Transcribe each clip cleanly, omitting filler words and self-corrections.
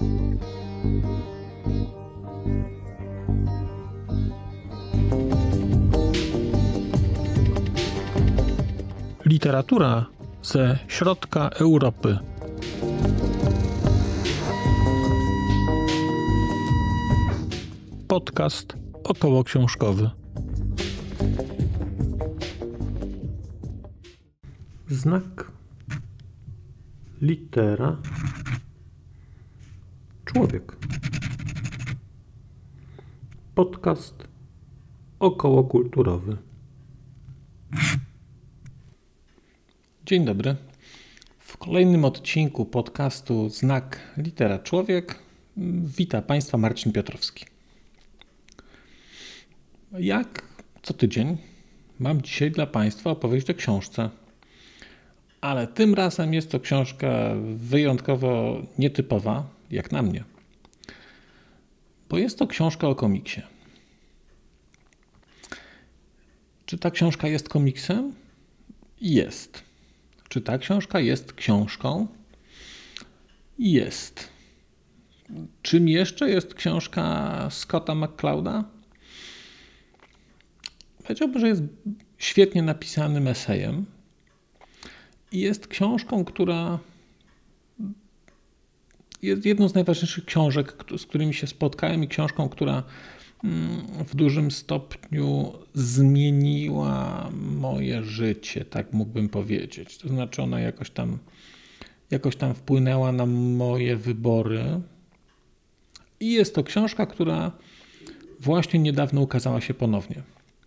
Literatura ze środka Europy. Podcast okołoksiążkowy. Znak, litera, człowiek. Podcast okołokulturowy. Dzień dobry. W kolejnym odcinku podcastu Znak, litera, człowiek wita Państwa Marcin Piotrowski. Jak co tydzień mam dzisiaj dla Państwa opowieść o książce, ale tym razem jest to książka wyjątkowo nietypowa, jak na mnie, bo jest to książka o komiksie. Czy ta książka jest komiksem? Jest. Czy ta książka jest książką? Jest. Czym jeszcze jest książka Scotta McClouda? Powiedziałbym, że jest świetnie napisanym esejem i jest książką, która jest jedną z najważniejszych książek, z którymi się spotkałem, i książką, która w dużym stopniu zmieniła moje życie, tak mógłbym powiedzieć. To znaczy ona jakoś tam wpłynęła na moje wybory. I jest to książka, która właśnie niedawno ukazała się ponownie.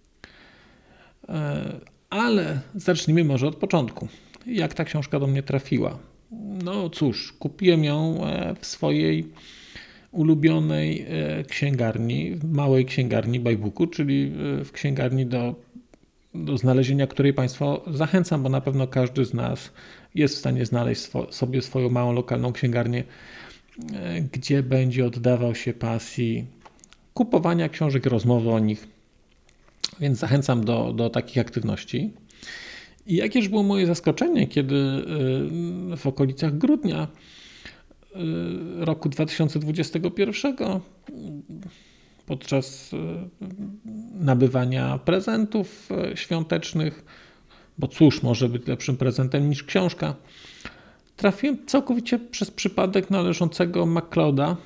Ale zacznijmy może od początku. Jak ta książka do mnie trafiła? No cóż, kupiłem ją w swojej ulubionej księgarni, małej księgarni by Booku, czyli w księgarni do znalezienia której Państwa zachęcam, bo na pewno każdy z nas jest w stanie znaleźć sobie swoją małą lokalną księgarnię, gdzie będzie oddawał się pasji kupowania książek, rozmowy o nich, więc zachęcam do takich aktywności. I jakież było moje zaskoczenie, kiedy w okolicach grudnia roku 2021 podczas nabywania prezentów świątecznych, bo cóż może być lepszym prezentem niż książka, trafiłem całkowicie przez przypadek należącego McClouda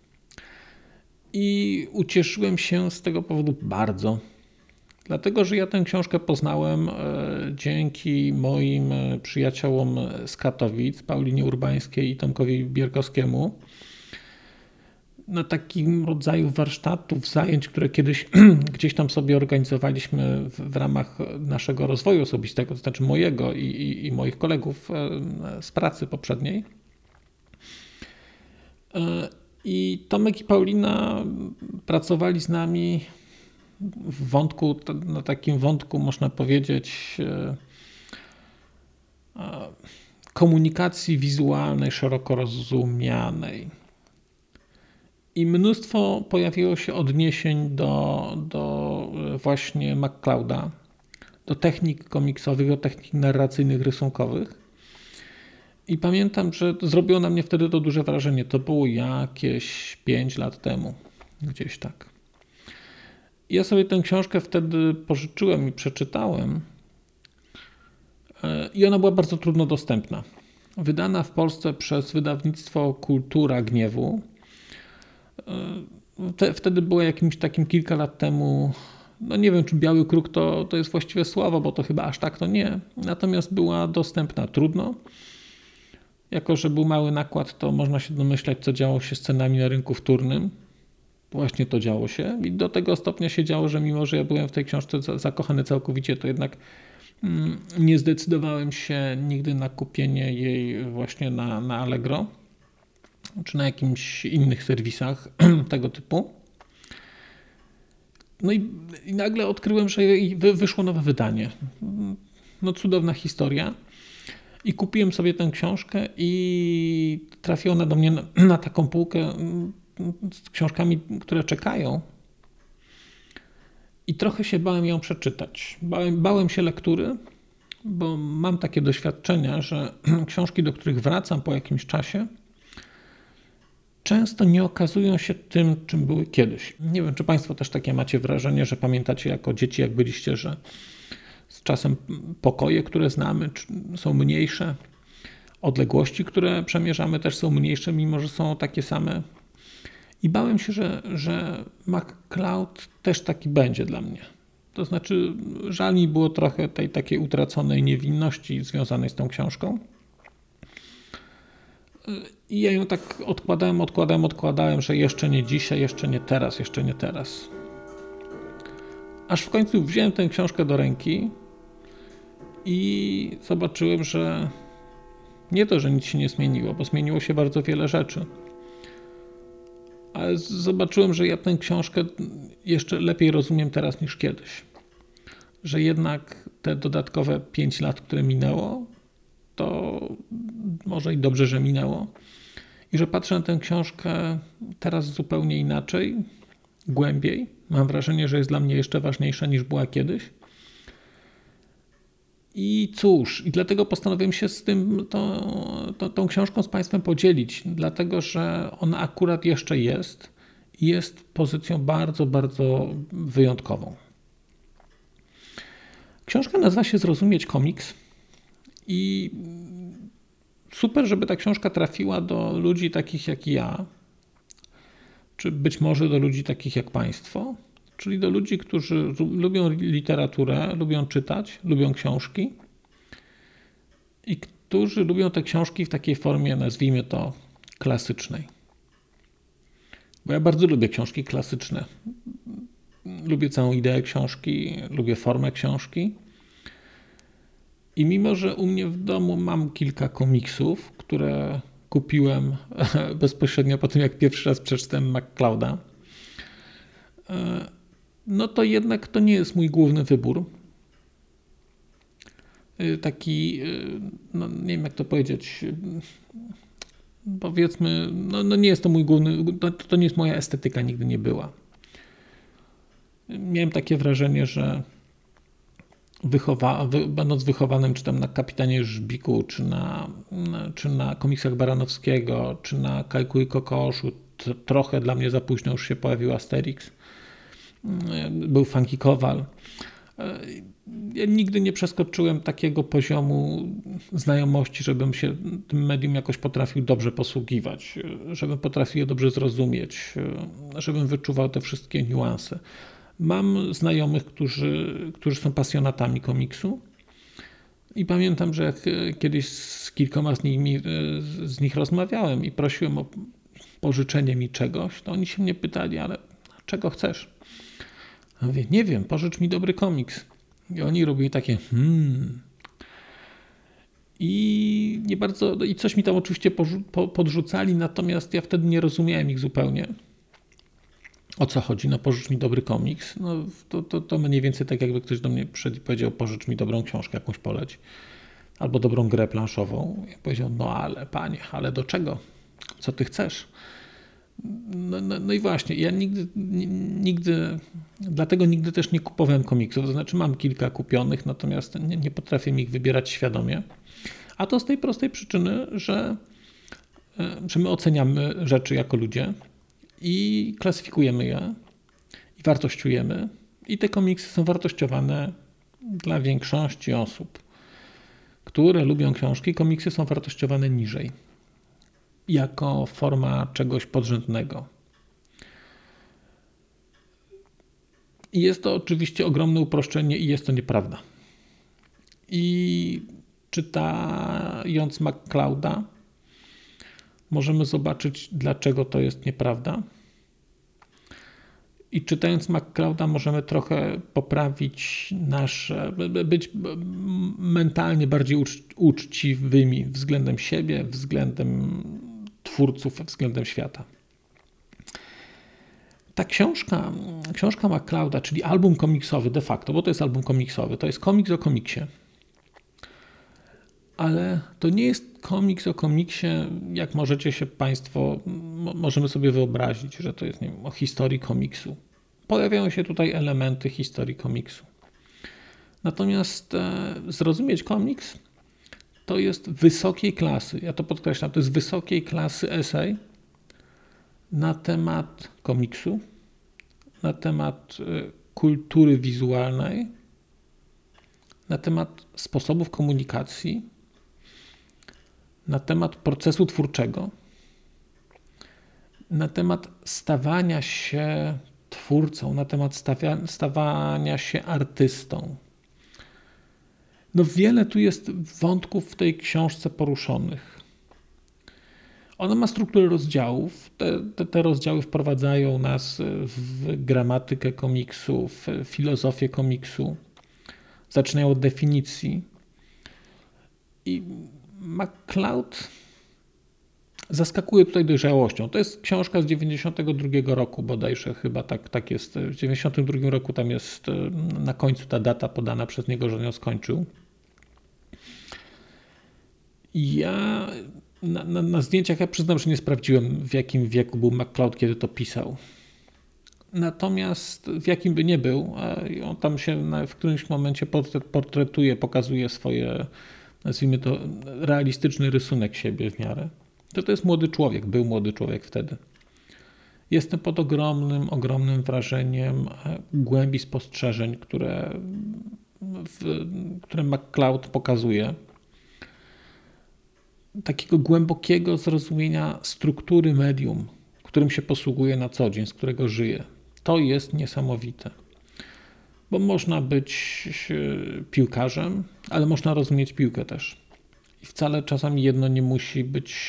i ucieszyłem się z tego powodu bardzo. Dlatego, że ja tę książkę poznałem dzięki moim przyjaciołom z Katowic, Paulinie Urbańskiej i Tomkowi Bierkowskiemu, na takim rodzaju warsztatów, zajęć, które kiedyś gdzieś tam sobie organizowaliśmy w ramach naszego rozwoju osobistego, to znaczy mojego i moich kolegów z pracy poprzedniej. I Tomek i Paulina pracowali z nami na takim wątku, można powiedzieć, komunikacji wizualnej, szeroko rozumianej. I mnóstwo pojawiło się odniesień do właśnie McClouda, do technik komiksowych, do technik narracyjnych, rysunkowych. I pamiętam, że zrobiło na mnie wtedy to duże wrażenie. To było jakieś 5 lat temu, gdzieś tak. Ja sobie tę książkę wtedy pożyczyłem i przeczytałem i ona była bardzo trudno dostępna. Wydana w Polsce przez wydawnictwo Kultura Gniewu. Wtedy było jakimś takim kilka lat temu, no nie wiem czy Biały Kruk to jest właściwe słowo, bo to chyba aż tak to nie. Natomiast była dostępna trudno. Jako że był mały nakład, to można się domyślać, co działo się z cenami na rynku wtórnym. Właśnie to działo się i do tego stopnia się działo, że mimo, że ja byłem w tej książce zakochany całkowicie, to jednak nie zdecydowałem się nigdy na kupienie jej właśnie na Allegro czy na jakimś innych serwisach tego typu. No i nagle odkryłem, że wyszło nowe wydanie. No cudowna historia. I kupiłem sobie tę książkę i trafiła ona do mnie na taką półkę z książkami, które czekają. I trochę się bałem ją przeczytać. Bałem się lektury, bo mam takie doświadczenia, że książki, do których wracam po jakimś czasie, często nie okazują się tym, czym były kiedyś. Nie wiem, czy Państwo też takie macie wrażenie, że pamiętacie jako dzieci, jak byliście, że z czasem pokoje, które znamy, są mniejsze, odległości, które przemierzamy, też są mniejsze, mimo że są takie same. I bałem się, że MacCloud też taki będzie dla mnie. To znaczy, żal mi było trochę tej takiej utraconej niewinności związanej z tą książką. I ja ją tak odkładałem, że jeszcze nie dzisiaj, jeszcze nie teraz. Aż w końcu wziąłem tę książkę do ręki i zobaczyłem, że nie to, że nic się nie zmieniło, bo zmieniło się bardzo wiele rzeczy. Ale zobaczyłem, że ja tę książkę jeszcze lepiej rozumiem teraz niż kiedyś. Że jednak te dodatkowe 5 lat, które minęło, to może i dobrze, że minęło. I że patrzę na tę książkę teraz zupełnie inaczej, głębiej. Mam wrażenie, że jest dla mnie jeszcze ważniejsza niż była kiedyś. I cóż, i dlatego postanowiłem się z tą książką z Państwem podzielić, dlatego że ona akurat jeszcze jest i jest pozycją bardzo, bardzo wyjątkową. Książka nazywa się Zrozumieć komiks i super, żeby ta książka trafiła do ludzi takich jak ja, czy być może do ludzi takich jak Państwo, czyli do ludzi, którzy lubią literaturę, lubią czytać, lubią książki i którzy lubią te książki w takiej formie, nazwijmy to, klasycznej. Bo ja bardzo lubię książki klasyczne. Lubię całą ideę książki, lubię formę książki. I mimo, że u mnie w domu mam kilka komiksów, które kupiłem bezpośrednio po tym, jak pierwszy raz przeczytałem MacClouda, no to jednak to nie jest mój główny wybór. Taki, no nie wiem jak to powiedzieć, powiedzmy, no nie jest to mój główny, to nie jest moja estetyka, nigdy nie była. Miałem takie wrażenie, że będąc wychowanym czy tam na Kapitanie Żbiku, czy na komiksach Baranowskiego, czy na Kajku i Kokoszu, trochę dla mnie za późno już się pojawił Asterix, był Funky Kowal. Ja nigdy nie przeskoczyłem takiego poziomu znajomości, żebym się tym medium jakoś potrafił dobrze posługiwać, żebym potrafił je dobrze zrozumieć, żebym wyczuwał te wszystkie niuanse. Mam znajomych, którzy są pasjonatami komiksu i pamiętam, że jak kiedyś z kilkoma z nich rozmawiałem i prosiłem o pożyczenie mi czegoś, to oni się mnie pytali, ale czego chcesz? Ja mówię, nie wiem, pożycz mi dobry komiks. I oni robili takie i nie bardzo, i coś mi tam oczywiście podrzucali, natomiast ja wtedy nie rozumiałem ich zupełnie. O co chodzi? No pożycz mi dobry komiks. No to mniej więcej tak jakby ktoś do mnie przyszedł i powiedział, pożycz mi dobrą książkę jakąś poleć. Albo dobrą grę planszową. Ja powiedział, no ale panie, ale do czego? Co ty chcesz? No i właśnie, ja dlatego nigdy też nie kupowałem komiksów. To znaczy mam kilka kupionych, natomiast nie potrafię ich wybierać świadomie. A to z tej prostej przyczyny, że my oceniamy rzeczy jako ludzie i klasyfikujemy je i wartościujemy. I te komiksy są wartościowane dla większości osób, które lubią książki. Komiksy są wartościowane niżej, jako forma czegoś podrzędnego. I jest to oczywiście ogromne uproszczenie i jest to nieprawda. I czytając MacClouda możemy zobaczyć, dlaczego to jest nieprawda. I czytając MacClouda możemy trochę poprawić być mentalnie bardziej uczciwymi względem siebie, względem twórców, względem świata. Ta książka MacClouda, czyli album komiksowy de facto, bo to jest album komiksowy, to jest komiks o komiksie. Ale to nie jest komiks o komiksie, jak możecie się Państwo, możemy sobie wyobrazić, że to jest, nie wiem, o historii komiksu. Pojawiają się tutaj elementy historii komiksu. Natomiast zrozumieć komiks to jest wysokiej klasy, ja to podkreślam, to jest wysokiej klasy esej na temat komiksu, na temat kultury wizualnej, na temat sposobów komunikacji, na temat procesu twórczego, na temat stawania się twórcą, na temat stawania się artystą. No wiele tu jest wątków w tej książce poruszonych. Ona ma strukturę rozdziałów. Te rozdziały wprowadzają nas w gramatykę komiksu, w filozofię komiksu. Zaczynają od definicji. I McCloud zaskakuje tutaj dojrzałością. To jest książka z 92 roku bodajże, chyba tak jest. W 92 roku tam jest na końcu ta data podana przez niego, że on ją skończył. Ja na zdjęciach, ja przyznam, że nie sprawdziłem, w jakim wieku był McCloud, kiedy to pisał. Natomiast w jakim by nie był, on tam się w którymś momencie portretuje, pokazuje swoje, nazwijmy to, realistyczny rysunek siebie w miarę. To jest młody człowiek, był młody człowiek wtedy. Jestem pod ogromnym wrażeniem głębi spostrzeżeń, które McCloud pokazuje. Takiego głębokiego zrozumienia struktury medium, którym się posługuje na co dzień, z którego żyje. To jest niesamowite. Bo można być piłkarzem, ale można rozumieć piłkę też. I wcale czasami jedno nie musi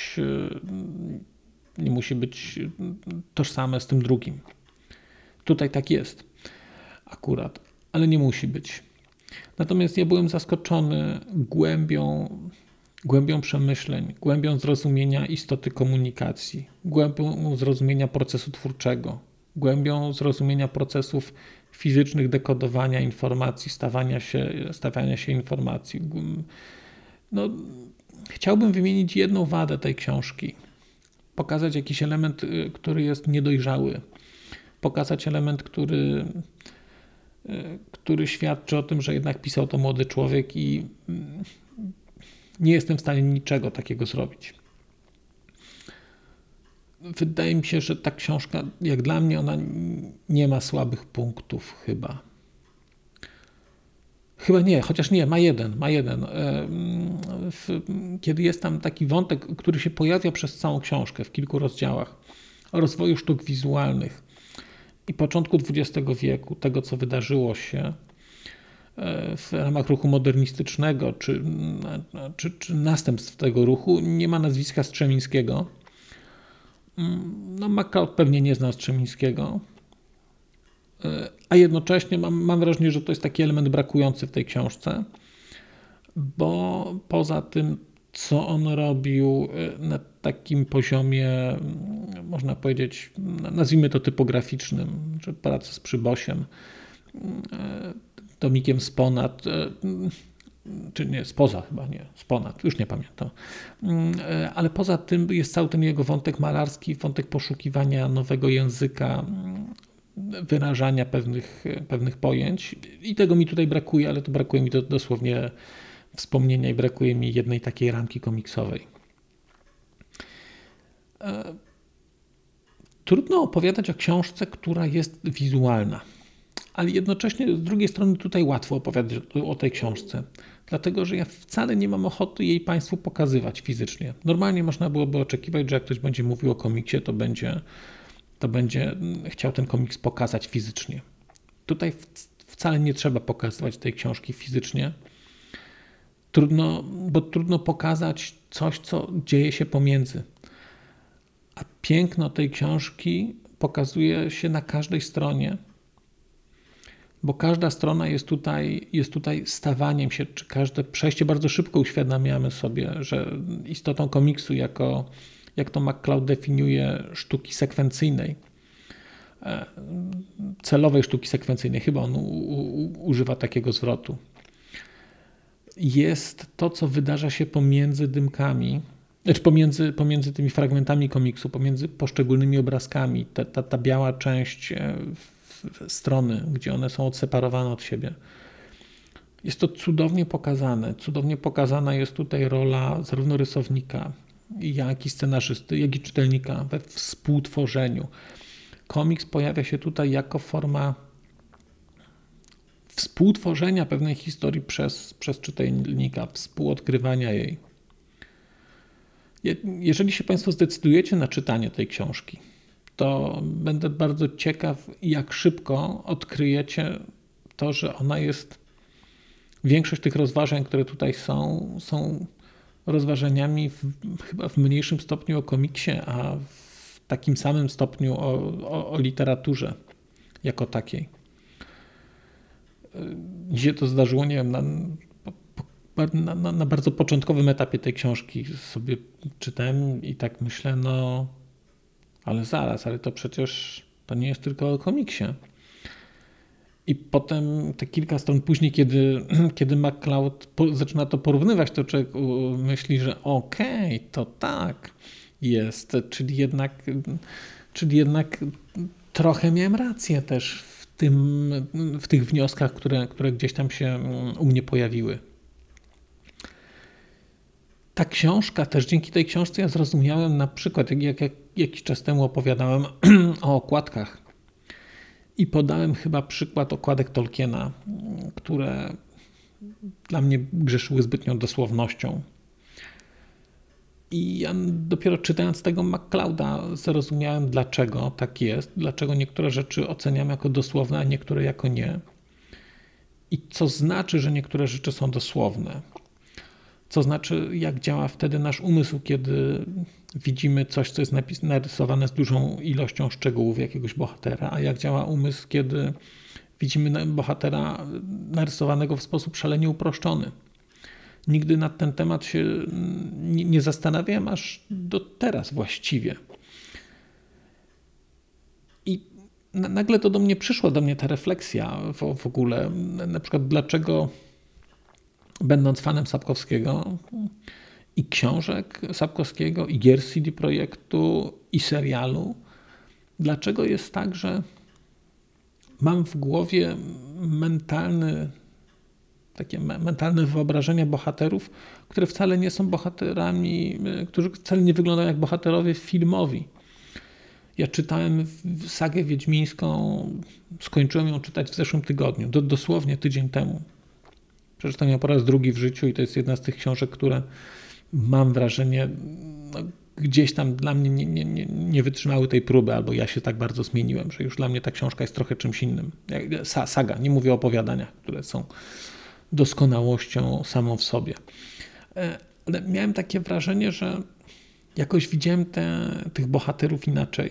być tożsame z tym drugim. Tutaj tak jest akurat, ale nie musi być. Natomiast ja byłem zaskoczony głębią przemyśleń, głębią zrozumienia istoty komunikacji, głębią zrozumienia procesu twórczego, głębią zrozumienia procesów fizycznych dekodowania informacji, stawiania się informacji. No, chciałbym wymienić jedną wadę tej książki. Pokazać jakiś element, który jest niedojrzały. Pokazać element, który świadczy o tym, że jednak pisał to młody człowiek i nie jestem w stanie niczego takiego zrobić. Wydaje mi się, że ta książka, jak dla mnie, ona nie ma słabych punktów chyba. Chyba nie, chociaż nie, ma jeden. Kiedy jest tam taki wątek, który się pojawia przez całą książkę w kilku rozdziałach o rozwoju sztuk wizualnych i początku XX wieku, tego co wydarzyło się w ramach ruchu modernistycznego czy następstw tego ruchu, nie ma nazwiska Strzemińskiego. No, McCloud pewnie nie znał Strzemińskiego, a jednocześnie mam wrażenie, że to jest taki element brakujący w tej książce, bo poza tym, co on robił na takim poziomie, można powiedzieć, nazwijmy to typograficznym, czy pracę z Przybosiem, Tomikiem Sponat, czy nie, Spoza chyba, nie, Sponat, już nie pamiętam. Ale poza tym jest cały ten jego wątek malarski, wątek poszukiwania nowego języka, wyrażania pewnych pojęć i tego mi tutaj brakuje, ale to brakuje mi dosłownie wspomnienia i brakuje mi jednej takiej ramki komiksowej. Trudno opowiadać o książce, która jest wizualna, ale jednocześnie z drugiej strony tutaj łatwo opowiadać o tej książce, dlatego że ja wcale nie mam ochoty jej Państwu pokazywać fizycznie. Normalnie można byłoby oczekiwać, że jak ktoś będzie mówił o komiksie, to będzie chciał ten komiks pokazać fizycznie. Tutaj wcale nie trzeba pokazywać tej książki fizycznie. Trudno pokazać coś, co dzieje się pomiędzy. A piękno tej książki pokazuje się na każdej stronie, bo każda strona jest tutaj stawaniem się, czy każde przejście bardzo szybko uświadamiamy sobie, że istotą komiksu, jak to McCloud definiuje, sztuki sekwencyjnej, celowej sztuki sekwencyjnej, chyba on używa takiego zwrotu, jest to, co wydarza się pomiędzy dymkami, znaczy pomiędzy tymi fragmentami komiksu, pomiędzy poszczególnymi obrazkami, ta biała część strony, gdzie one są odseparowane od siebie. Jest to cudownie pokazane. Cudownie pokazana jest tutaj rola zarówno rysownika, jak i scenarzysty, jak i czytelnika we współtworzeniu. Komiks pojawia się tutaj jako forma współtworzenia pewnej historii przez czytelnika, współodkrywania jej. Jeżeli się Państwo zdecydujecie na czytanie tej książki, to będę bardzo ciekaw, jak szybko odkryjecie to, że ona jest. Większość tych rozważań, które tutaj są rozważaniami chyba w mniejszym stopniu o komiksie, a w takim samym stopniu o literaturze jako takiej. Gdzie to zdarzyło, nie wiem, na bardzo początkowym etapie tej książki sobie czytałem i tak myślę, no ale zaraz, ale to przecież to nie jest tylko o komiksie. I potem te kilka stron później, kiedy MacLeod zaczyna to porównywać, to człowiek myśli, że okej, to tak jest, czyli jednak trochę miałem rację też w tych wnioskach, które gdzieś tam się u mnie pojawiły. Ta książka, też dzięki tej książce ja zrozumiałem na przykład, jak jakiś czas temu opowiadałem o okładkach i podałem chyba przykład okładek Tolkiena, które dla mnie grzeszyły zbytnią dosłownością. I ja dopiero czytając tego MacLeoda zrozumiałem, dlaczego tak jest, dlaczego niektóre rzeczy oceniam jako dosłowne, a niektóre jako nie. I co znaczy, że niektóre rzeczy są dosłowne. Co znaczy, jak działa wtedy nasz umysł, kiedy widzimy coś, co jest narysowane z dużą ilością szczegółów jakiegoś bohatera, a jak działa umysł, kiedy widzimy bohatera narysowanego w sposób szalenie uproszczony. Nigdy nad ten temat się nie zastanawiałem, aż do teraz właściwie. I nagle to do mnie przyszła, ta refleksja w ogóle, na przykład dlaczego będąc fanem Sapkowskiego i książek Sapkowskiego, i gier CD Projektu, i serialu, dlaczego jest tak, że mam w głowie mentalne wyobrażenia bohaterów, które wcale nie są bohaterami, którzy wcale nie wyglądają jak bohaterowie filmowi. Ja czytałem sagę wiedźmińską, skończyłem ją czytać w zeszłym tygodniu, dosłownie tydzień temu. Przeczytałem ją po raz drugi w życiu i to jest jedna z tych książek, które mam wrażenie, gdzieś tam dla mnie nie wytrzymały tej próby, albo ja się tak bardzo zmieniłem, że już dla mnie ta książka jest trochę czymś innym. Saga, nie mówię o opowiadaniach, które są doskonałością samą w sobie. Ale miałem takie wrażenie, że jakoś widziałem tych bohaterów inaczej.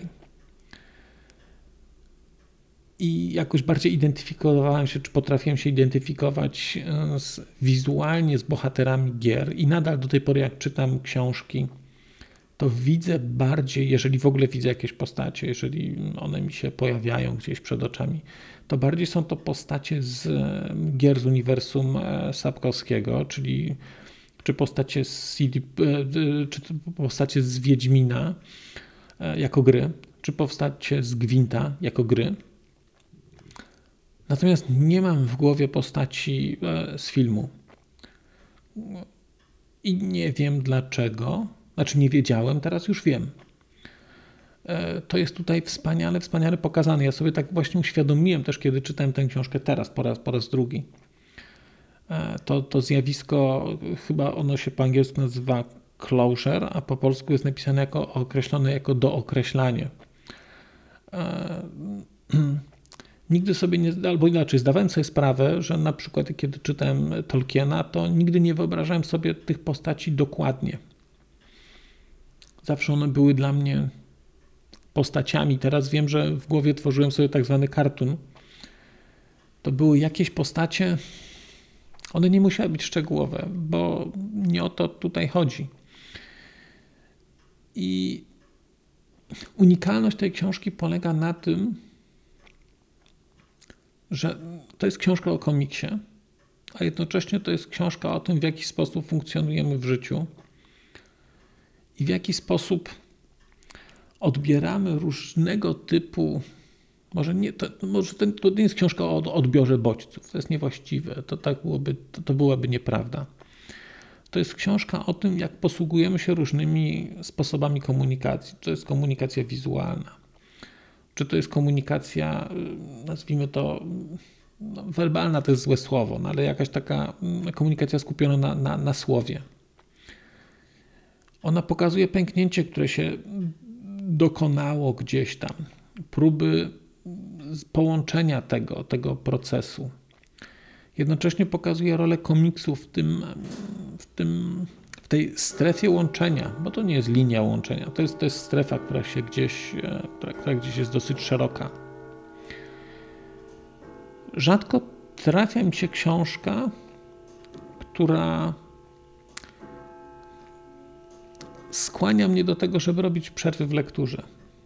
I jakoś bardziej identyfikowałem się, czy potrafiłem się identyfikować wizualnie z bohaterami gier i nadal do tej pory, jak czytam książki, to widzę bardziej, jeżeli w ogóle widzę jakieś postacie, jeżeli one mi się pojawiają gdzieś przed oczami, to bardziej są to postacie z gier z uniwersum Sapkowskiego, czy postacie czy postacie z Wiedźmina jako gry, czy postacie z Gwinta jako gry. Natomiast nie mam w głowie postaci z filmu. I nie wiem dlaczego. Znaczy nie wiedziałem, teraz już wiem. To jest tutaj wspaniale pokazane. Ja sobie tak właśnie uświadomiłem też, kiedy czytałem tę książkę teraz, po raz drugi. To zjawisko, chyba ono się po angielsku nazywa closure, a po polsku jest napisane określone jako dookreślanie. Nigdy sobie albo inaczej, zdawałem sobie sprawę, że na przykład kiedy czytałem Tolkiena, to nigdy nie wyobrażałem sobie tych postaci dokładnie. Zawsze one były dla mnie postaciami. Teraz wiem, że w głowie tworzyłem sobie tak zwany cartoon. To były jakieś postacie, one nie musiały być szczegółowe, bo nie o to tutaj chodzi. I unikalność tej książki polega na tym, że to jest książka o komiksie, a jednocześnie to jest książka o tym, w jaki sposób funkcjonujemy w życiu i w jaki sposób odbieramy różnego typu, może to nie jest książka o odbiorze bodźców, to jest niewłaściwe, to byłaby nieprawda. To jest książka o tym, jak posługujemy się różnymi sposobami komunikacji. Czy to jest komunikacja wizualna, czy to jest komunikacja, nazwijmy to, werbalna to jest złe słowo, ale jakaś taka komunikacja skupiona na słowie. Ona pokazuje pęknięcie, które się dokonało gdzieś tam, próby połączenia tego procesu. Jednocześnie pokazuje rolę komiksu w tej strefie łączenia, bo to nie jest linia łączenia, to jest strefa, która gdzieś jest dosyć szeroka. Rzadko trafia mi się książka, która skłania mnie do tego, żeby robić przerwy w lekturze.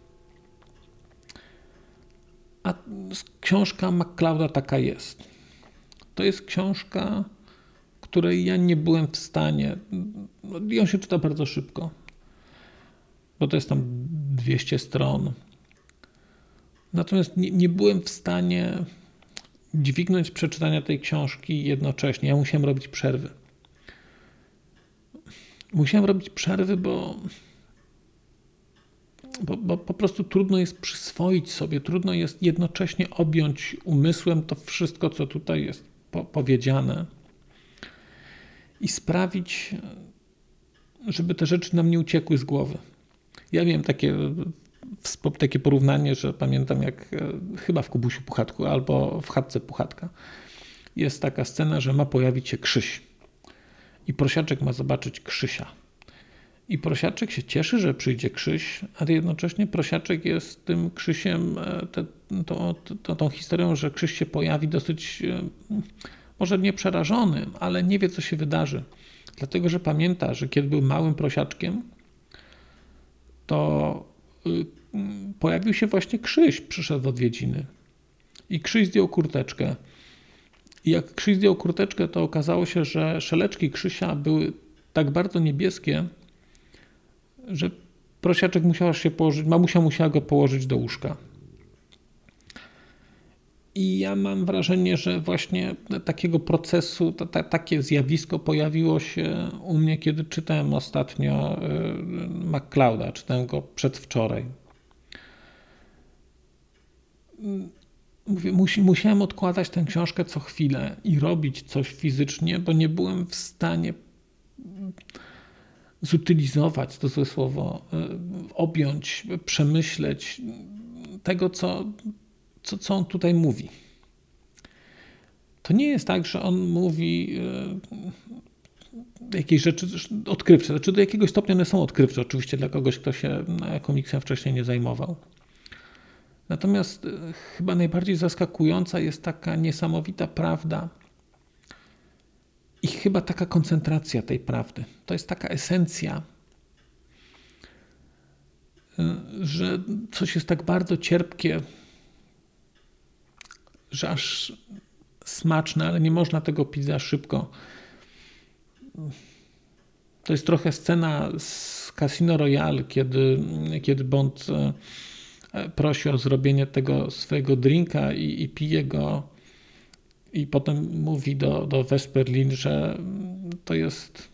A książka McClouda taka jest. To jest książka, której ja nie byłem w stanie, ją się czyta bardzo szybko, bo to jest tam 200 stron. Natomiast nie byłem w stanie dźwignąć przeczytania tej książki jednocześnie. Ja musiałem robić przerwy. Musiałem robić przerwy, bo po prostu trudno jest przyswoić sobie, trudno jest jednocześnie objąć umysłem to wszystko, co tutaj jest powiedziane i sprawić, żeby te rzeczy nam nie uciekły z głowy. Ja miałem takie porównanie, że pamiętam jak chyba w Kubusiu Puchatku albo w Chatce Puchatka jest taka scena, że ma pojawić się Krzyś i Prosiaczek ma zobaczyć Krzysia. I Prosiaczek się cieszy, że przyjdzie Krzyś, ale jednocześnie Prosiaczek jest tym Krzysiem, tą historią, że Krzyś się pojawi dosyć, może nie przerażony, ale nie wie, co się wydarzy. Dlatego, że pamięta, że kiedy był małym prosiaczkiem, to pojawił się właśnie Krzyś, przyszedł w odwiedziny. I Krzyś zdjął kurteczkę. I jak Krzyś zdjął kurteczkę, to okazało się, że szeleczki Krzysia były tak bardzo niebieskie, że prosiaczek musiał się położyć, mamusia musiała go położyć do łóżka. I ja mam wrażenie, że właśnie takiego procesu, takie zjawisko pojawiło się u mnie, kiedy czytałem ostatnio McClouda, czytałem go przedwczoraj. Mówię, musiałem odkładać tę książkę co chwilę i robić coś fizycznie, bo nie byłem w stanie zutylizować, to złe słowo, objąć, przemyśleć tego, co on tutaj mówi. To nie jest tak, że on mówi jakieś rzeczy odkrywcze. Znaczy do jakiegoś stopnia one są odkrywcze, oczywiście dla kogoś, kto się komiksem wcześniej nie zajmował. Natomiast chyba najbardziej zaskakująca jest taka niesamowita prawda i chyba taka koncentracja tej prawdy. To jest taka esencja, że coś jest tak bardzo cierpkie, że aż smaczne, ale nie można tego pić za szybko. To jest trochę scena z Casino Royale, kiedy Bond prosi o zrobienie tego swojego drinka i pije go i potem mówi do Vesperlin, że to jest,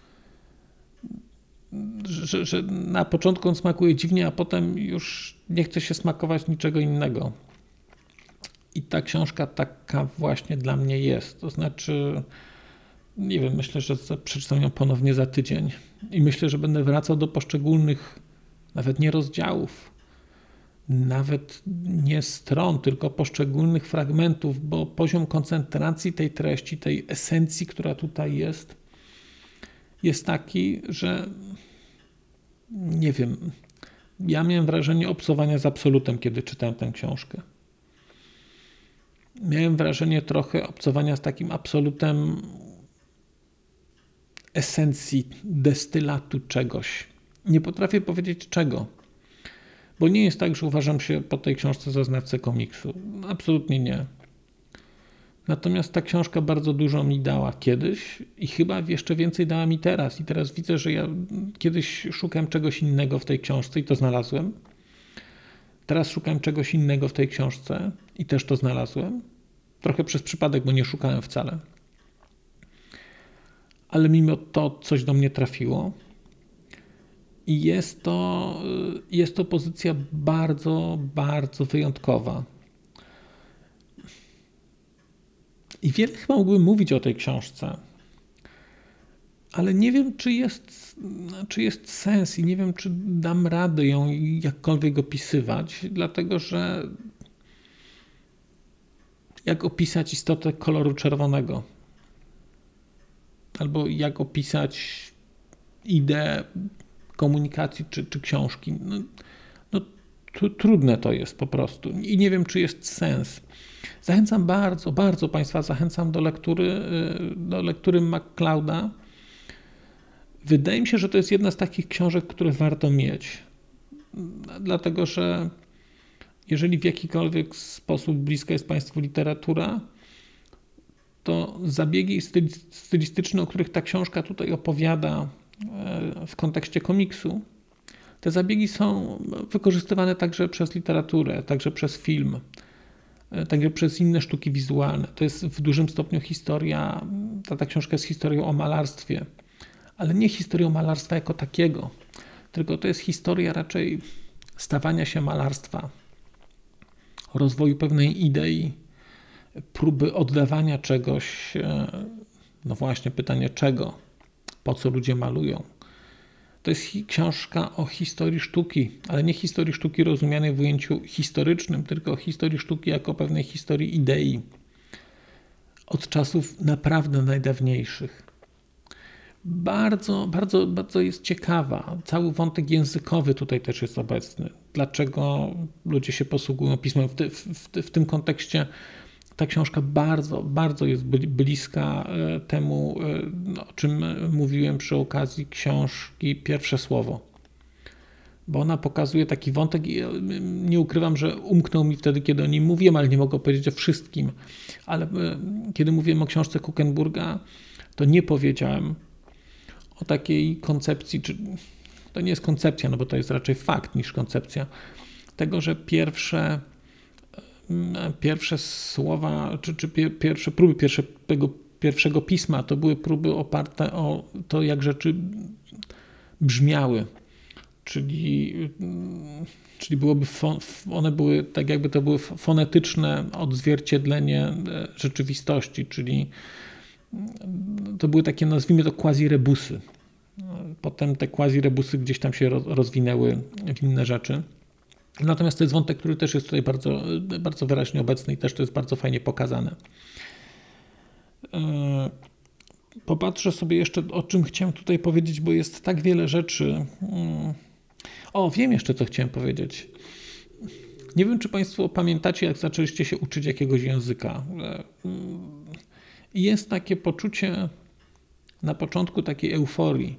że na początku on smakuje dziwnie, a potem już nie chce się smakować niczego innego. I ta książka taka właśnie dla mnie jest. To znaczy, nie wiem, myślę, że przeczytam ją ponownie za tydzień i myślę, że będę wracał do poszczególnych, nawet nie rozdziałów, nawet nie stron, tylko poszczególnych fragmentów, bo poziom koncentracji tej treści, tej esencji, która tutaj jest taki, że nie wiem, ja miałem wrażenie obcowania z absolutem, kiedy czytałem tę książkę. Miałem wrażenie trochę obcowania z takim absolutem esencji, destylatu czegoś. Nie potrafię powiedzieć czego, bo nie jest tak, że uważam się po tej książce za znawcę komiksu. Absolutnie nie. Natomiast ta książka bardzo dużo mi dała kiedyś i chyba jeszcze więcej dała mi teraz. I teraz widzę, że ja kiedyś szukałem czegoś innego w tej książce i to znalazłem. Teraz szukałem czegoś innego w tej książce i też to znalazłem. Trochę przez przypadek, bo nie szukałem wcale. ale mimo to coś do mnie trafiło. I jest to pozycja bardzo, bardzo wyjątkowa. I wiele chyba mógłbym mówić o tej książce, ale nie wiem, czy jest sens i nie wiem, czy dam radę ją jakkolwiek opisywać, dlatego że jak opisać istotę koloru czerwonego? Albo jak opisać ideę komunikacji czy książki? Trudne to jest po prostu i nie wiem, czy jest sens. Zachęcam bardzo, bardzo Państwa, zachęcam do lektury MacLeoda. Wydaje mi się, że to jest jedna z takich książek, które warto mieć, dlatego że jeżeli w jakikolwiek sposób bliska jest Państwu literatura, to zabiegi stylistyczne, o których ta książka tutaj opowiada w kontekście komiksu, te zabiegi są wykorzystywane także przez literaturę, także przez film, także przez inne sztuki wizualne. To jest w dużym stopniu historia, ta książka jest historią o malarstwie, ale nie historią malarstwa jako takiego, tylko to jest historia raczej stawania się malarstwa, rozwoju pewnej idei, próby oddawania czegoś, no właśnie pytanie czego, po co ludzie malują. To jest książka o historii sztuki, ale nie historii sztuki rozumianej w ujęciu historycznym, tylko o historii sztuki jako pewnej historii idei od czasów naprawdę najdawniejszych. Bardzo, bardzo, bardzo jest ciekawa. Cały wątek językowy tutaj też jest obecny. Dlaczego ludzie się posługują pismem? W tym kontekście ta książka bardzo, bardzo jest bliska temu, o czym mówiłem przy okazji książki Pierwsze Słowo. Bo ona pokazuje taki wątek i nie ukrywam, że umknął mi wtedy, kiedy o nim mówiłem, ale nie mogę powiedzieć o wszystkim. Ale kiedy mówiłem o książce Kuchenburga, to nie powiedziałem o takiej koncepcji, czy to nie jest koncepcja, no bo to jest raczej fakt niż koncepcja, tego, że pierwsze słowa, czy pierwsze próby pierwszego pisma to były próby oparte o to, jak rzeczy brzmiały. Czyli one były tak jakby to były fonetyczne odzwierciedlenie rzeczywistości, czyli to były takie, nazwijmy to, quasi-rebusy. Potem te quasi-rebusy gdzieś tam się rozwinęły w inne rzeczy. Natomiast to jest wątek, który też jest tutaj bardzo, bardzo wyraźnie obecny i też to jest bardzo fajnie pokazane. Popatrzę sobie jeszcze, o czym chciałem tutaj powiedzieć, bo jest tak wiele rzeczy. Wiem jeszcze, co chciałem powiedzieć. Nie wiem, czy Państwo pamiętacie, jak zaczęliście się uczyć jakiegoś języka. Jest takie poczucie na początku takiej euforii,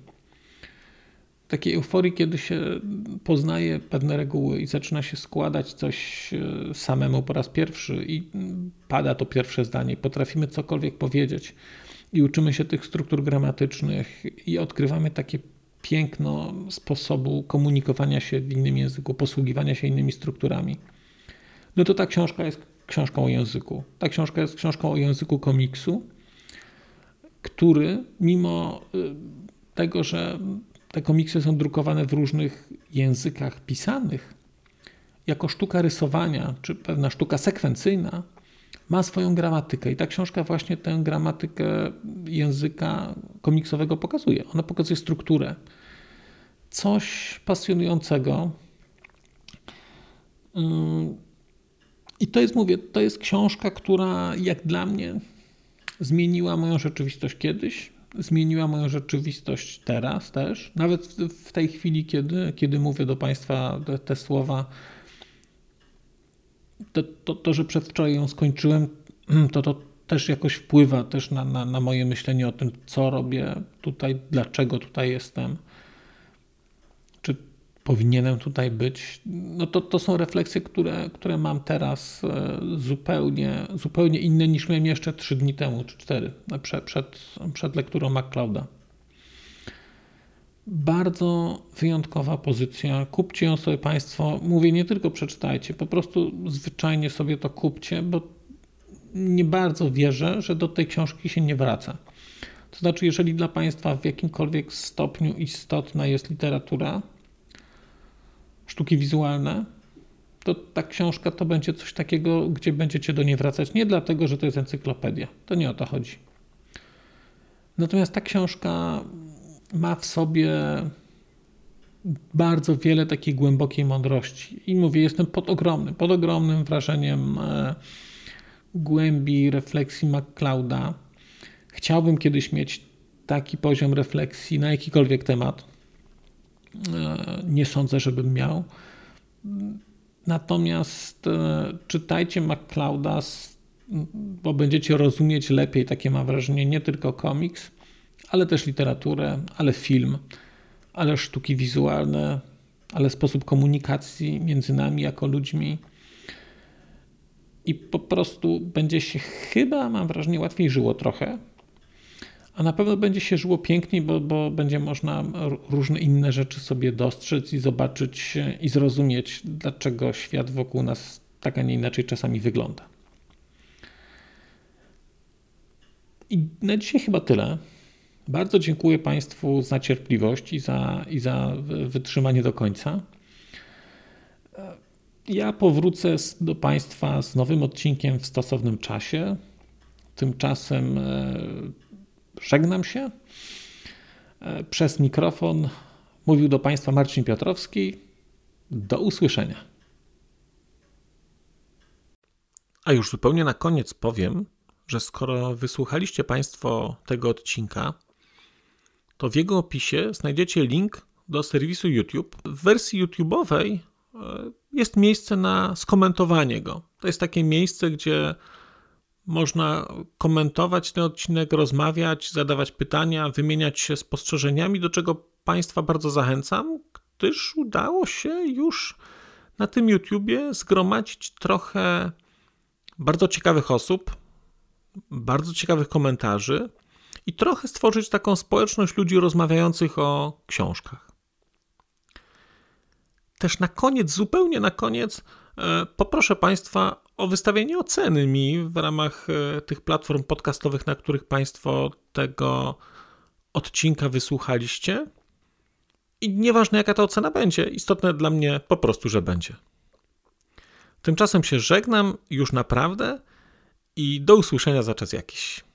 kiedy się poznaje pewne reguły i zaczyna się składać coś samemu po raz pierwszy i pada to pierwsze zdanie, potrafimy cokolwiek powiedzieć i uczymy się tych struktur gramatycznych i odkrywamy takie piękno sposobu komunikowania się w innym języku, posługiwania się innymi strukturami. No to ta książka jest książką o języku. Ta książka jest książką o języku komiksu, który mimo tego, że te komiksy są drukowane w różnych językach pisanych, jako sztuka rysowania, czy pewna sztuka sekwencyjna, ma swoją gramatykę. I ta książka właśnie tę gramatykę języka komiksowego pokazuje. Ona pokazuje strukturę. Coś pasjonującego. I to jest, mówię, to jest książka, która jak dla mnie zmieniła moją rzeczywistość kiedyś, zmieniła moją rzeczywistość teraz też. Nawet w tej chwili, kiedy mówię do Państwa te słowa, to, że przedwczoraj ją skończyłem, to też jakoś wpływa też na moje myślenie o tym, co robię tutaj, dlaczego tutaj jestem, czy powinienem tutaj być. No to są refleksje, które mam teraz zupełnie inne niż miałem jeszcze 3 dni temu, czy 4, przed lekturą MacLeoda. Bardzo wyjątkowa pozycja. Kupcie ją sobie Państwo. Mówię, nie tylko przeczytajcie, po prostu zwyczajnie sobie to kupcie, bo nie bardzo wierzę, że do tej książki się nie wraca. To znaczy, jeżeli dla Państwa w jakimkolwiek stopniu istotna jest literatura, sztuki wizualne, to ta książka to będzie coś takiego, gdzie będziecie do niej wracać. Nie dlatego, że to jest encyklopedia. To nie o to chodzi. Natomiast ta książka ma w sobie bardzo wiele takiej głębokiej mądrości. I mówię, jestem pod ogromnym wrażeniem głębi refleksji MacLeoda. Chciałbym kiedyś mieć taki poziom refleksji na jakikolwiek temat. Nie sądzę, żebym miał. Natomiast czytajcie MacLeoda, bo będziecie rozumieć lepiej, takie mam wrażenie, nie tylko komiks, ale też literaturę, ale film, ale sztuki wizualne, ale sposób komunikacji między nami jako ludźmi. I po prostu będzie się chyba, mam wrażenie, łatwiej żyło trochę, a na pewno będzie się żyło piękniej, bo będzie można różne inne rzeczy sobie dostrzec i zobaczyć i zrozumieć, dlaczego świat wokół nas tak, a nie inaczej czasami wygląda. I na dzisiaj chyba tyle. Bardzo dziękuję Państwu za cierpliwość i za wytrzymanie do końca. Ja powrócę do Państwa z nowym odcinkiem w stosownym czasie. Tymczasem żegnam się. Przez mikrofon mówił do Państwa Marcin Piotrowski. Do usłyszenia. A już zupełnie na koniec powiem, że skoro wysłuchaliście Państwo tego odcinka, to w jego opisie znajdziecie link do serwisu YouTube. W wersji YouTube'owej jest miejsce na skomentowanie go. To jest takie miejsce, gdzie można komentować ten odcinek, rozmawiać, zadawać pytania, wymieniać się spostrzeżeniami, do czego Państwa bardzo zachęcam, gdyż udało się już na tym YouTubie zgromadzić trochę bardzo ciekawych osób, bardzo ciekawych komentarzy i trochę stworzyć taką społeczność ludzi rozmawiających o książkach. Też na koniec, zupełnie na koniec, poproszę Państwa o wystawienie oceny mi w ramach tych platform podcastowych, na których Państwo tego odcinka wysłuchaliście. I nieważne, jaka ta ocena będzie, istotne dla mnie po prostu, że będzie. Tymczasem się żegnam już naprawdę i do usłyszenia za czas jakiś.